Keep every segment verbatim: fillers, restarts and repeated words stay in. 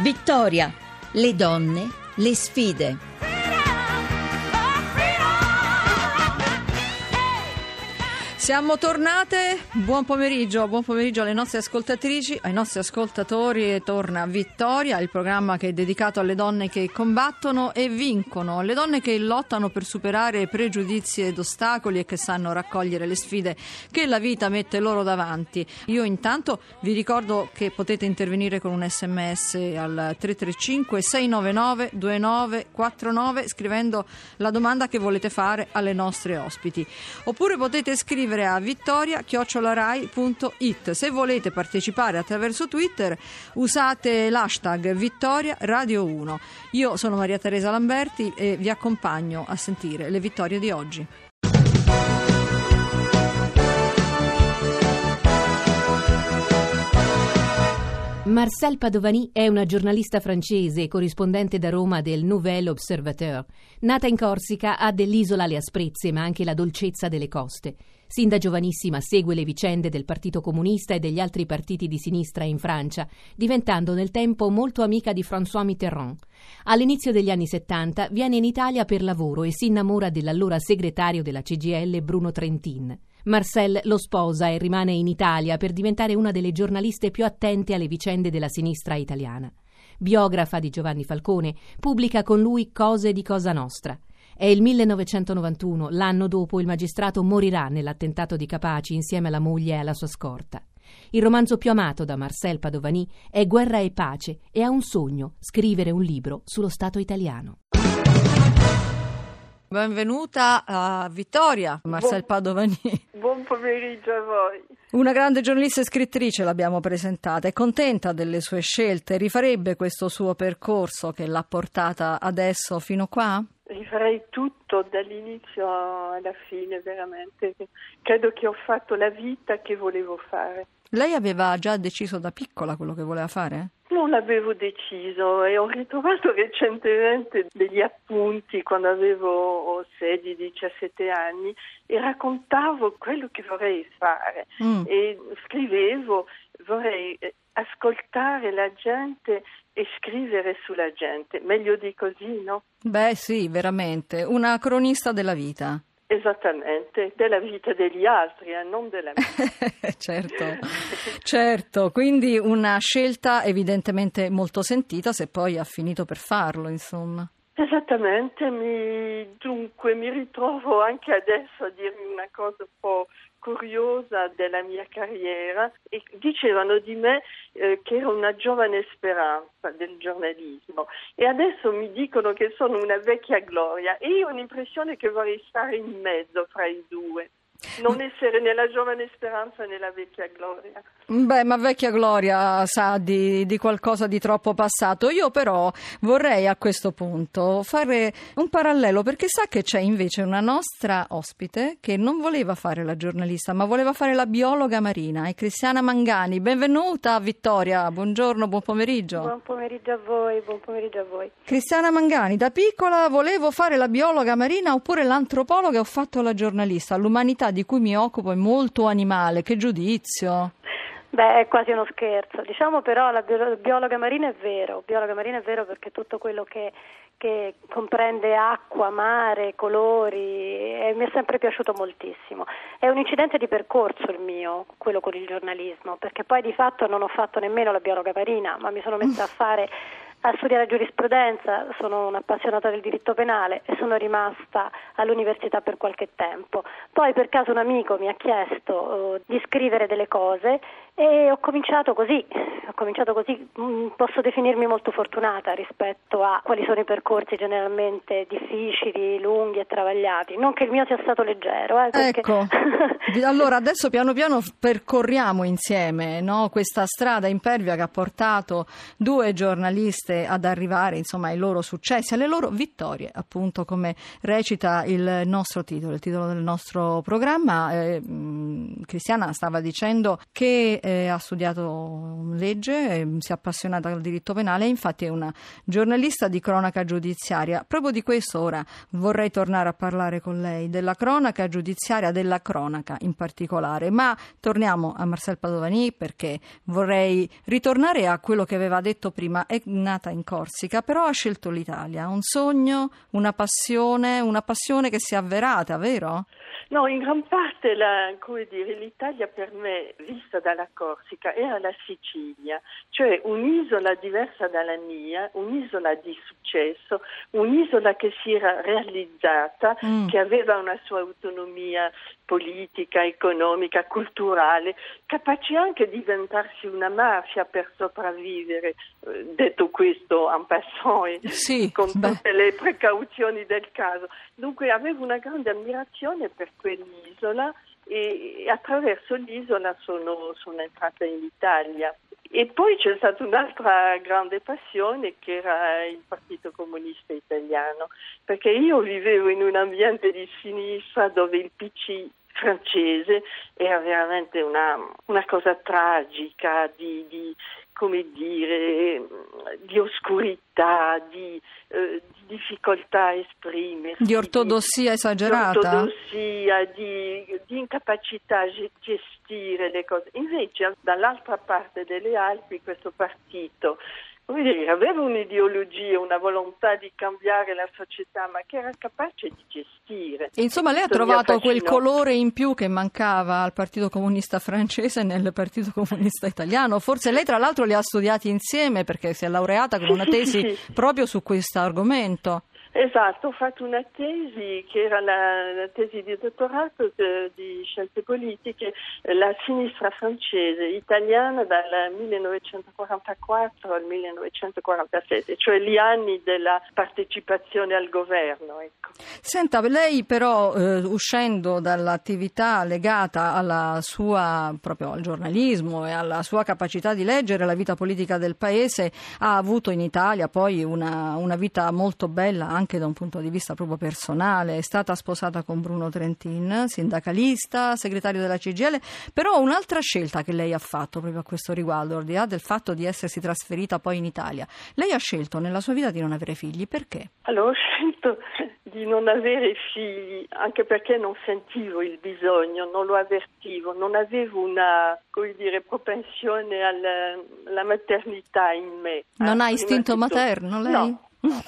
Vittoria, le donne, le sfide. Siamo tornate, buon pomeriggio, buon pomeriggio alle nostre ascoltatrici, ai nostri ascoltatori. Torna Vittoria, il programma che è dedicato alle donne che combattono e vincono, le donne che lottano per superare pregiudizi ed ostacoli e che sanno raccogliere le sfide che la vita mette loro davanti. Io intanto vi ricordo che potete intervenire con un sms al tre tre cinque sei nove nove due nove quattro nove scrivendo la domanda che volete fare alle nostre ospiti, oppure potete scrivere a vittoria chiocciola rai punto it. Se volete partecipare attraverso Twitter usate l'hashtag Vittoria Radio uno. Io sono Maria Teresa Lamberti e vi accompagno a sentire le vittorie di oggi. Marcelle Padovani è una giornalista francese e corrispondente da Roma del Nouvel Observateur. Nata in Corsica, ha dell'isola le asprezze ma anche la dolcezza delle coste. Sin da giovanissima segue le vicende del Partito Comunista e degli altri partiti di sinistra in Francia, diventando nel tempo molto amica di François Mitterrand. All'inizio degli anni settanta viene in Italia per lavoro e si innamora dell'allora segretario della C G I L Bruno Trentin. Marcelle lo sposa e rimane in Italia per diventare una delle giornaliste più attente alle vicende della sinistra italiana. Biografa di Giovanni Falcone, pubblica con lui Cose di Cosa Nostra. È il millenovecentonovantuno, l'anno dopo il magistrato morirà nell'attentato di Capaci insieme alla moglie e alla sua scorta. Il romanzo più amato da Marcelle Padovani è Guerra e Pace e ha un sogno, scrivere un libro sullo Stato italiano. Benvenuta a Vittoria, Marcelle buon, Padovani. Buon pomeriggio a voi. Una grande giornalista e scrittrice l'abbiamo presentata, è contenta delle sue scelte, rifarebbe questo suo percorso che l'ha portata adesso fino qua? Rifarei tutto dall'inizio alla fine, veramente. Credo che ho fatto la vita che volevo fare. Lei aveva già deciso da piccola quello che voleva fare? Non l'avevo deciso e ho ritrovato recentemente degli appunti quando avevo sedici diciassette anni e raccontavo quello che vorrei fare mm. e scrivevo, vorrei ascoltare la gente e scrivere sulla gente, meglio di così, no? Beh sì, veramente, una cronista della vita. Esattamente, della vita degli altri, eh, non della mia. certo, certo, quindi una scelta evidentemente molto sentita se poi ha finito per farlo, insomma. Esattamente, mi, dunque mi ritrovo anche adesso a dirmi una cosa un po' curiosa della mia carriera e dicevano di me eh, che ero una giovane speranza del giornalismo e adesso mi dicono che sono una vecchia gloria e io ho l'impressione che vorrei stare in mezzo fra i due. Non essere nella giovane speranza né nella vecchia gloria. Beh, ma vecchia gloria sa di, di qualcosa di troppo passato. Io però vorrei a questo punto fare un parallelo, perché sa che c'è invece una nostra ospite che non voleva fare la giornalista ma voleva fare la biologa marina, è Cristiana Mangani. Benvenuta Vittoria, buongiorno, buon pomeriggio. Buon pomeriggio a voi, buon pomeriggio a voi. Cristiana Mangani, da piccola volevo fare la biologa marina oppure l'antropologa, ho fatto la giornalista. L'umanità di cui mi occupo è molto animale, che giudizio? Beh, è quasi uno scherzo. Diciamo però la biologa marina è vero, biologa marina è vero perché tutto quello che, che comprende acqua, mare, colori, e mi è sempre piaciuto moltissimo. È un incidente di percorso il mio, quello con il giornalismo, perché poi di fatto non ho fatto nemmeno la biologa marina, ma mi sono messa a fare a studiare giurisprudenza, sono un'appassionata del diritto penale e sono rimasta all'università per qualche tempo. Poi per caso un amico mi ha chiesto uh, di scrivere delle cose e ho cominciato così, ho cominciato così, mm, posso definirmi molto fortunata rispetto a quali sono i percorsi generalmente difficili, lunghi e travagliati. Non che il mio sia stato leggero. Eh, perché... Ecco, allora adesso piano piano percorriamo insieme, no, questa strada impervia che ha portato due giornalisti ad arrivare insomma ai loro successi, alle loro vittorie, appunto, come recita il nostro titolo, il titolo del nostro programma. Eh, Cristiana stava dicendo che eh, ha studiato legge, eh, si è appassionata al diritto penale e infatti è una giornalista di cronaca giudiziaria. Proprio di questo ora vorrei tornare a parlare con lei, della cronaca giudiziaria, della cronaca in particolare, ma torniamo a Marcel Padovani perché vorrei ritornare a quello che aveva detto prima. È nata in Corsica, però ha scelto l'Italia, un sogno, una passione, una passione che si è avverata, vero? No, in gran parte la, come dire, l'Italia per me, vista dalla Corsica, era la Sicilia, cioè un'isola diversa dalla mia, un'isola di successo, un'isola che si era realizzata, mm. che aveva una sua autonomia politica, economica, culturale, capace anche di diventarsi una mafia per sopravvivere, eh, detto questo en passant e sì, con beh. tutte le precauzioni del caso. Dunque avevo una grande ammirazione per quell'isola e attraverso l'isola sono, sono entrata in Italia. E poi c'è stata un'altra grande passione che era il Partito Comunista Italiano, perché io vivevo in un ambiente di sinistra dove il P C francese era veramente una, una cosa tragica di, di come dire, di oscurità, di, eh, di difficoltà a esprimersi. Di ortodossia di, esagerata? Di ortodossia, di, di incapacità a gestire le cose. Invece dall'altra parte delle Alpi questo partito, come dire, aveva un'ideologia, una volontà di cambiare la società, ma che era capace di gestire. E insomma, lei ha trovato quel colore in più che mancava al Partito Comunista francese nel Partito Comunista italiano. Forse lei, tra l'altro, li ha studiati insieme perché si è laureata con sì, una sì, tesi sì, sì. proprio su questo argomento. Esatto, ho fatto una tesi che era la, la tesi di dottorato de, di scienze politiche, la sinistra francese italiana dal millenovecentoquarantaquattro al millenovecentoquarantasette, cioè gli anni della partecipazione al governo. Ecco. Senta, lei però eh, uscendo dall'attività legata alla sua proprio al giornalismo e alla sua capacità di leggere la vita politica del paese, ha avuto in Italia poi una, una vita molto bella anche da un punto di vista proprio personale. È stata sposata con Bruno Trentin, sindacalista, segretario della C G I L, però un'altra scelta che lei ha fatto proprio a questo riguardo, al di là del fatto di essersi trasferita poi in Italia, lei ha scelto nella sua vita di non avere figli. Perché? Allora ho scelto di non avere figli anche perché non sentivo il bisogno, non lo avvertivo, non avevo una, come dire, propensione alla, alla maternità in me. Non ah, ha istinto materno lei? No.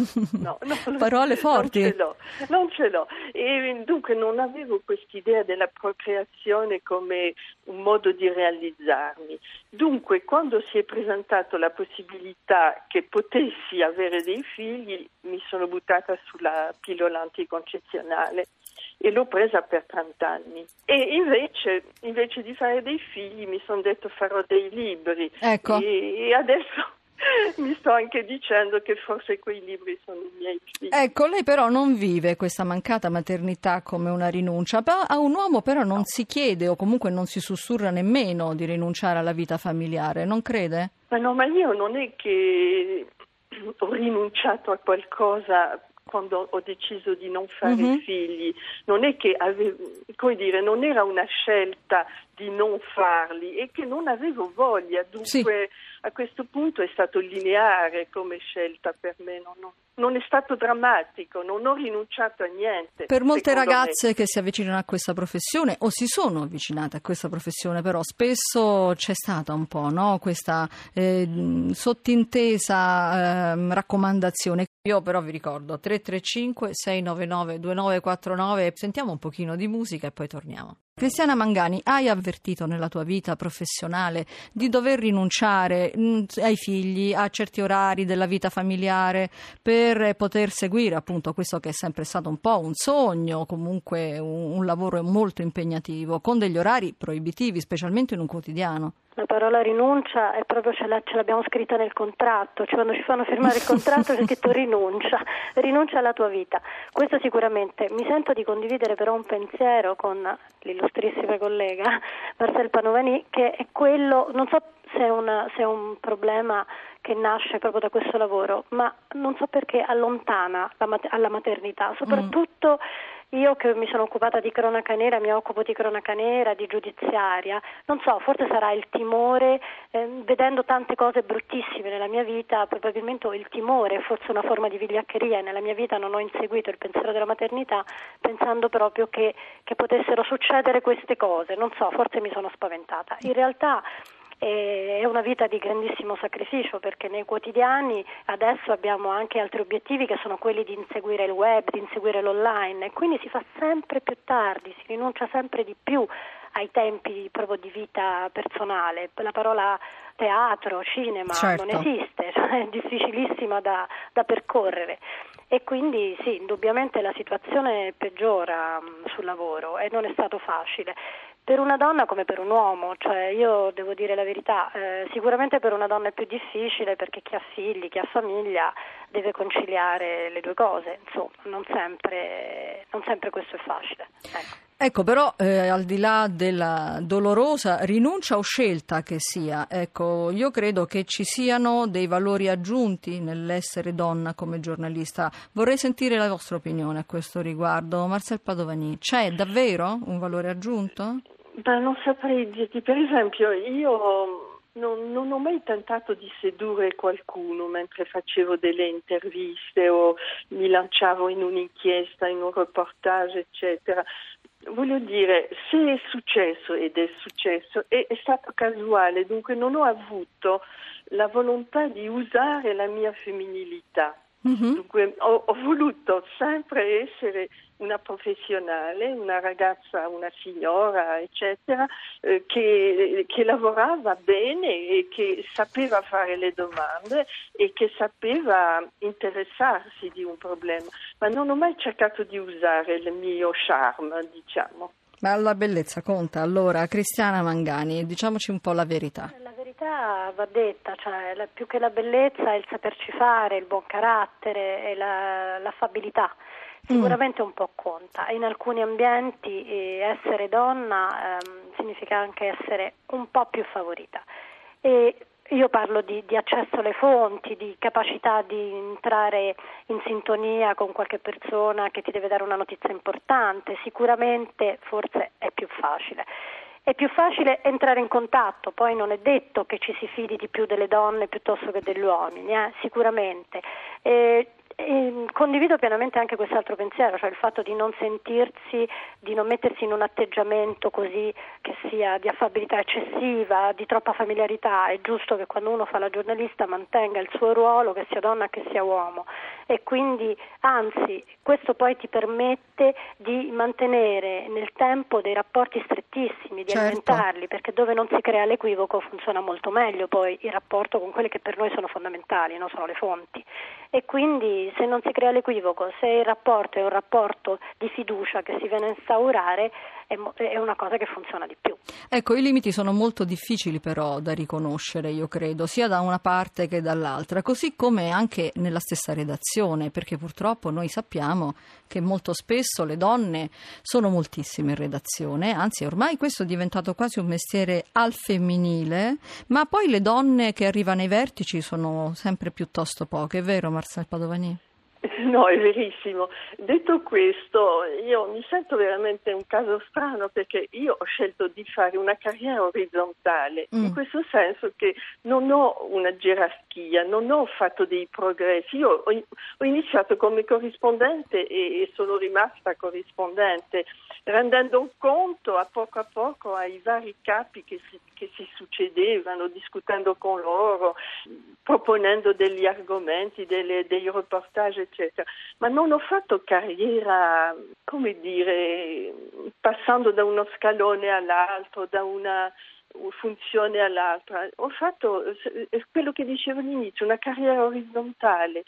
No, no, parole forti. Non ce l'ho, non ce l'ho. E dunque non avevo quest'idea della procreazione come un modo di realizzarmi. Dunque quando si è presentato la possibilità che potessi avere dei figli mi sono buttata sulla pillola anticoncezionale e l'ho presa per trenta anni. E invece, invece di fare dei figli mi sono detto farò dei libri. Ecco. E, e adesso mi sto anche dicendo che forse quei libri sono i miei figli. Ecco, lei però non vive questa mancata maternità come una rinuncia. A un uomo però non no. si chiede o comunque non si sussurra nemmeno di rinunciare alla vita familiare, non crede? Ma no, ma io non è che ho rinunciato a qualcosa quando ho deciso di non fare mm-hmm. figli, non è che avevo, come dire, non era una scelta di non farli, è che non avevo voglia, dunque sì. a questo punto è stato lineare come scelta per me, non, non, non è stato drammatico, non ho rinunciato a niente. Per molte ragazze me. che si avvicinano a questa professione o si sono avvicinate a questa professione, però spesso c'è stata un po', no? Questa eh, sottintesa eh, raccomandazione. Io però vi ricordo tre tre cinque sei nove nove due nove quattro nove, sentiamo un pochino di musica e poi torniamo. Cristiana Mangani, hai avvertito nella tua vita professionale di dover rinunciare mh, ai figli, a certi orari della vita familiare per poter seguire appunto questo che è sempre stato un po' un sogno, comunque un, un lavoro molto impegnativo, con degli orari proibitivi, specialmente in un quotidiano? La parola rinuncia è proprio ce, la, ce l'abbiamo scritta nel contratto, cioè quando ci fanno firmare il contratto c'è scritto rinuncia, rinuncia alla tua vita. Questo sicuramente. Mi sento di condividere però un pensiero con l'illustrissima collega Marcel Padovani, che è quello, non so se è, una, se è un problema che nasce proprio da questo lavoro, ma non so perché allontana la, alla maternità, soprattutto mm. io che mi sono occupata di cronaca nera, mi occupo di cronaca nera, di giudiziaria, non so, forse sarà il timore, eh, vedendo tante cose bruttissime nella mia vita, probabilmente ho il timore, forse una forma di vigliaccheria, e nella mia vita non ho inseguito il pensiero della maternità, pensando proprio che, che potessero succedere queste cose, non so, forse mi sono spaventata. In realtà è una vita di grandissimo sacrificio, perché nei quotidiani adesso abbiamo anche altri obiettivi che sono quelli di inseguire il web, di inseguire l'online, e quindi si fa sempre più tardi, si rinuncia sempre di più ai tempi proprio di vita personale. La parola teatro, cinema certo. non esiste, cioè è difficilissima da, da percorrere, e quindi sì, indubbiamente la situazione peggiora mh, sul lavoro, e non è stato facile. Per una donna come per un uomo, cioè io devo dire la verità, eh, sicuramente per una donna è più difficile, perché chi ha figli, chi ha famiglia deve conciliare le due cose, insomma, non sempre, non sempre questo è facile. Ecco. Ecco, però eh, al di là della dolorosa rinuncia o scelta che sia, ecco, io credo che ci siano dei valori aggiunti nell'essere donna come giornalista. Vorrei sentire la vostra opinione a questo riguardo. Marcel Padovani, c'è davvero un valore aggiunto? Ma non saprei dirti, per esempio io non, non ho mai tentato di sedurre qualcuno mentre facevo delle interviste o mi lanciavo in un'inchiesta, in un reportage, eccetera. Voglio dire, se è successo, ed è successo, è, è stato casuale, dunque non ho avuto la volontà di usare la mia femminilità. Mm-hmm. Dunque ho, ho voluto sempre essere una professionale, una ragazza, una signora, eccetera, eh, che, che lavorava bene e che sapeva fare le domande e che sapeva interessarsi di un problema, ma non ho mai cercato di usare il mio charme, diciamo. Ma la bellezza conta. Allora, Cristiana Mangani, diciamoci un po' la verità. La verità va detta, cioè la, più che la bellezza è il saperci fare, il buon carattere e la, l'affabilità. Sicuramente un po' conta. In alcuni ambienti eh, essere donna ehm, significa anche essere un po' più favorita. E io parlo di, di accesso alle fonti, di capacità di entrare in sintonia con qualche persona che ti deve dare una notizia importante. Sicuramente forse è più facile. È più facile entrare in contatto, poi non è detto che ci si fidi di più delle donne piuttosto che degli uomini, eh? Sicuramente. E, e condivido pienamente anche quest'altro pensiero, cioè il fatto di non sentirsi, di non mettersi in un atteggiamento così che sia di affabilità eccessiva, di troppa familiarità. È giusto che quando uno fa la giornalista mantenga il suo ruolo, che sia donna che sia uomo, e quindi anzi questo poi ti permette di mantenere nel tempo dei rapporti strettissimi, di certo. alimentarli, perché dove non si crea l'equivoco funziona molto meglio poi il rapporto con quelle che per noi sono fondamentali, no? Sono le fonti. E quindi se non si crea l'equivoco, se il rapporto è un rapporto di fiducia che si viene a instaurare, è, è una cosa che funziona di più. Ecco, i limiti sono molto difficili però da riconoscere, io credo, sia da una parte che dall'altra, così come anche nella stessa redazione, perché purtroppo noi sappiamo che molto spesso le donne sono moltissime in redazione, anzi ormai questo è diventato quasi un mestiere al femminile, ma poi le donne che arrivano ai vertici sono sempre piuttosto poche, è vero Marcel Padovani? No, è verissimo. Detto questo, io mi sento veramente un caso strano, perché io ho scelto di fare una carriera orizzontale, mm. in questo senso che non ho una gerarchia, non ho fatto dei progressi. Io ho, ho iniziato come corrispondente e, e sono rimasta corrispondente, rendendo conto a poco a poco ai vari capi che si, che si succedevano, discutendo con loro, proponendo degli argomenti, delle, dei reportage, eccetera. Ma non ho fatto carriera, come dire, passando da uno scalone all'altro, da una funzione all'altra. Ho fatto quello che dicevo all'inizio, una carriera orizzontale,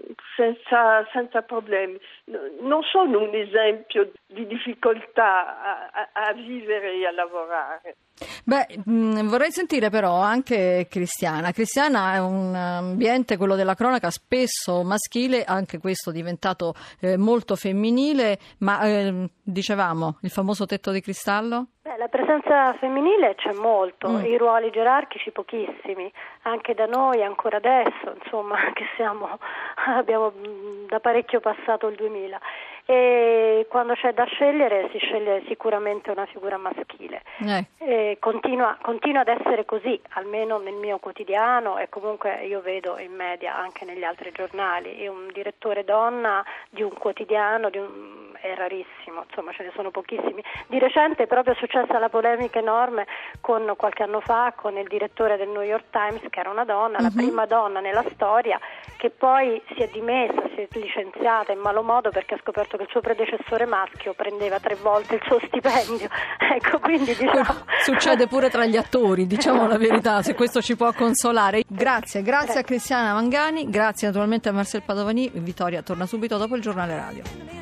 senza, senza problemi. Non sono un esempio di difficoltà a, a, a vivere e a lavorare. Beh, mh, vorrei sentire però anche Cristiana. Cristiana è un ambiente, quello della cronaca, spesso maschile, anche questo diventato eh, molto femminile, ma eh, dicevamo, il famoso tetto di cristallo? Beh, la presenza femminile c'è molto, mm. i ruoli gerarchici pochissimi, anche da noi ancora adesso, insomma, che siamo, abbiamo da parecchio passato il duemila. e quando c'è da scegliere si sceglie sicuramente una figura maschile. Eh. E continua, continua ad essere così, almeno nel mio quotidiano, e comunque io vedo in media anche negli altri giornali, e un direttore donna di un quotidiano di un, è rarissimo, insomma ce ne sono pochissimi. Di recente è proprio successa la polemica enorme con qualche anno fa con il direttore del New York Times, che era una donna, uh-huh. la prima donna nella storia, che poi si è dimessa, si è licenziata in malo modo perché ha scoperto che il suo predecessore maschio prendeva tre volte il suo stipendio. Ecco, quindi diciamo... Succede pure tra gli attori, diciamo la verità, se questo ci può consolare. Grazie, grazie a Cristiana Mangani, grazie naturalmente a Marcel Padovani. Vittoria torna subito dopo il giornale radio.